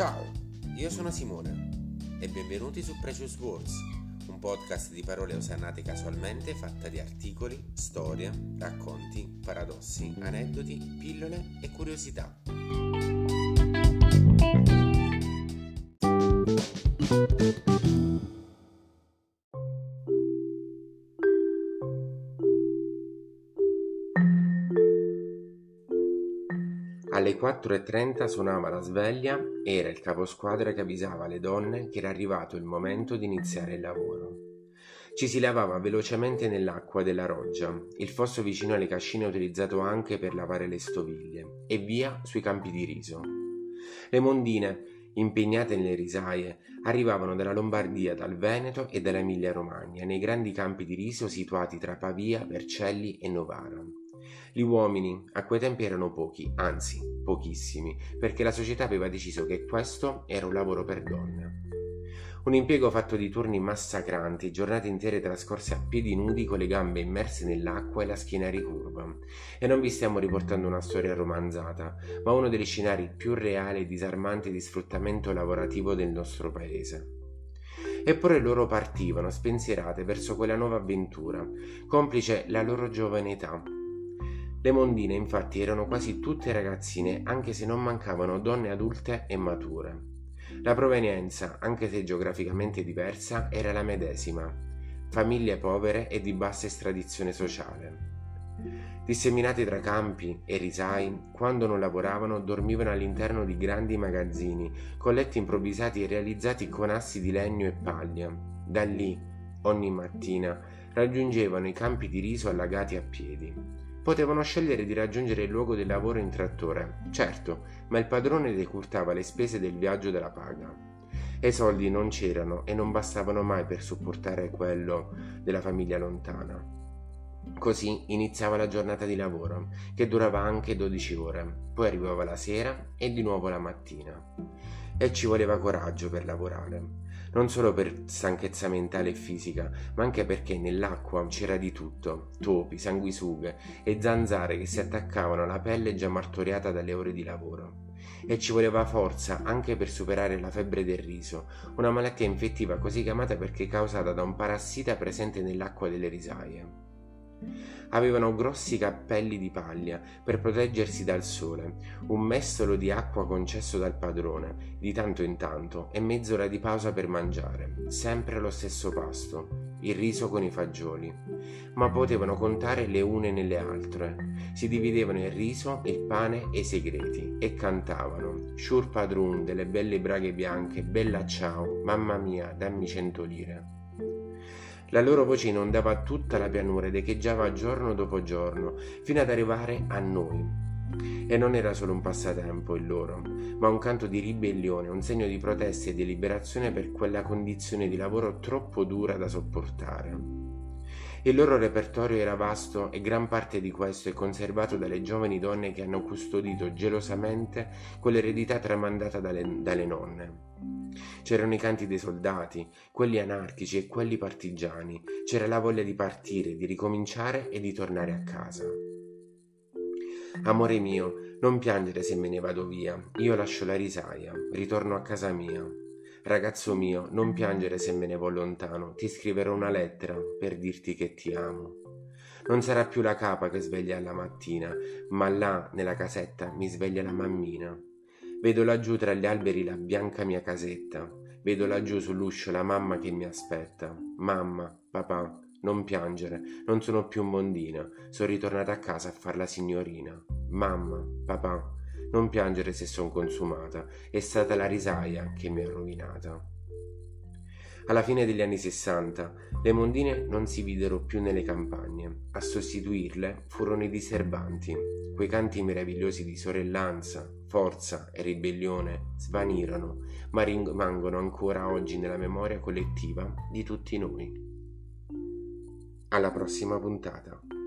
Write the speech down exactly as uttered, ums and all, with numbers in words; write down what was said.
Ciao, io sono Simone e benvenuti su Precious Words, un podcast di parole osannate casualmente fatta di articoli, storie, racconti, paradossi, aneddoti, pillole e curiosità. Alle quattro e trenta suonava la sveglia e era il caposquadra che avvisava le donne che era arrivato il momento di iniziare il lavoro. Ci si lavava velocemente nell'acqua della roggia, il fosso vicino alle cascine utilizzato anche per lavare le stoviglie, e via sui campi di riso. Le mondine, impegnate nelle risaie, arrivavano dalla Lombardia, dal Veneto e dall'Emilia-Romagna, nei grandi campi di riso situati tra Pavia, Vercelli e Novara. Gli uomini a quei tempi erano pochi, anzi pochissimi, perché la società aveva deciso che questo era un lavoro per donne. Un impiego fatto di turni massacranti, giornate intere trascorse a piedi nudi con le gambe immerse nell'acqua e la schiena ricurva. E non vi stiamo riportando una storia romanzata, ma uno degli scenari più reali e disarmanti di sfruttamento lavorativo del nostro paese. Eppure loro partivano spensierate verso quella nuova avventura, complice la loro giovane età. Le mondine infatti erano quasi tutte ragazzine, anche se non mancavano donne adulte e mature. La provenienza, anche se geograficamente diversa, era la medesima: famiglie povere e di bassa estradizione sociale. Disseminati tra campi e risai, quando non lavoravano dormivano all'interno di grandi magazzini, con letti improvvisati e realizzati con assi di legno e paglia. Da lì, ogni mattina, raggiungevano i campi di riso allagati a piedi. Potevano scegliere di raggiungere il luogo del lavoro in trattore, certo, ma il padrone decurtava le spese del viaggio della paga. E i soldi non c'erano e non bastavano mai per supportare quello della famiglia lontana. Così iniziava la giornata di lavoro, che durava anche dodici ore, poi arrivava la sera e di nuovo la mattina. E ci voleva coraggio per lavorare. Non solo per stanchezza mentale e fisica, ma anche perché nell'acqua c'era di tutto: topi, sanguisughe e zanzare che si attaccavano alla pelle già martoriata dalle ore di lavoro. E ci voleva forza anche per superare la febbre del riso, una malattia infettiva così chiamata perché causata da un parassita presente nell'acqua delle risaie. Avevano grossi cappelli di paglia per proteggersi dal sole, un mestolo di acqua concesso dal padrone di tanto in tanto e mezz'ora di pausa per mangiare, sempre lo stesso pasto, il riso con i fagioli. Ma potevano contare le une nelle altre. Si dividevano il riso, il pane e i segreti e cantavano: "Sciur padrun delle belle braghe bianche, bella ciao, mamma mia, dammi cento lire". La loro voce inondava tutta la pianura ed echeggiava giorno dopo giorno, fino ad arrivare a noi. E non era solo un passatempo il loro, ma un canto di ribellione, un segno di protesta e di liberazione per quella condizione di lavoro troppo dura da sopportare. Il loro repertorio era vasto e gran parte di questo è conservato dalle giovani donne che hanno custodito gelosamente quell'eredità tramandata dalle, dalle nonne. C'erano i canti dei soldati, quelli anarchici e quelli partigiani. C'era la voglia di partire, di ricominciare e di tornare a casa. Amore mio, non piangere se me ne vado via, io lascio la risaia, ritorno a casa mia. Ragazzo mio, non piangere se me ne vo lontano, ti scriverò una lettera per dirti che ti amo. Non sarà più la capa che sveglia alla mattina, ma là, nella casetta, mi sveglia la mammina. Vedo laggiù tra gli alberi la bianca mia casetta, vedo laggiù sull'uscio la mamma che mi aspetta. Mamma, papà, non piangere, non sono più mondina, sono ritornata a casa a far la signorina. Mamma, papà, non piangere se son consumata, è stata la risaia che mi ha rovinata. Alla fine degli anni sessanta le mondine non si videro più nelle campagne. A sostituirle furono i diserbanti. Quei canti meravigliosi di sorellanza, forza e ribellione svanirono, ma rimangono ancora oggi nella memoria collettiva di tutti noi. Alla prossima puntata.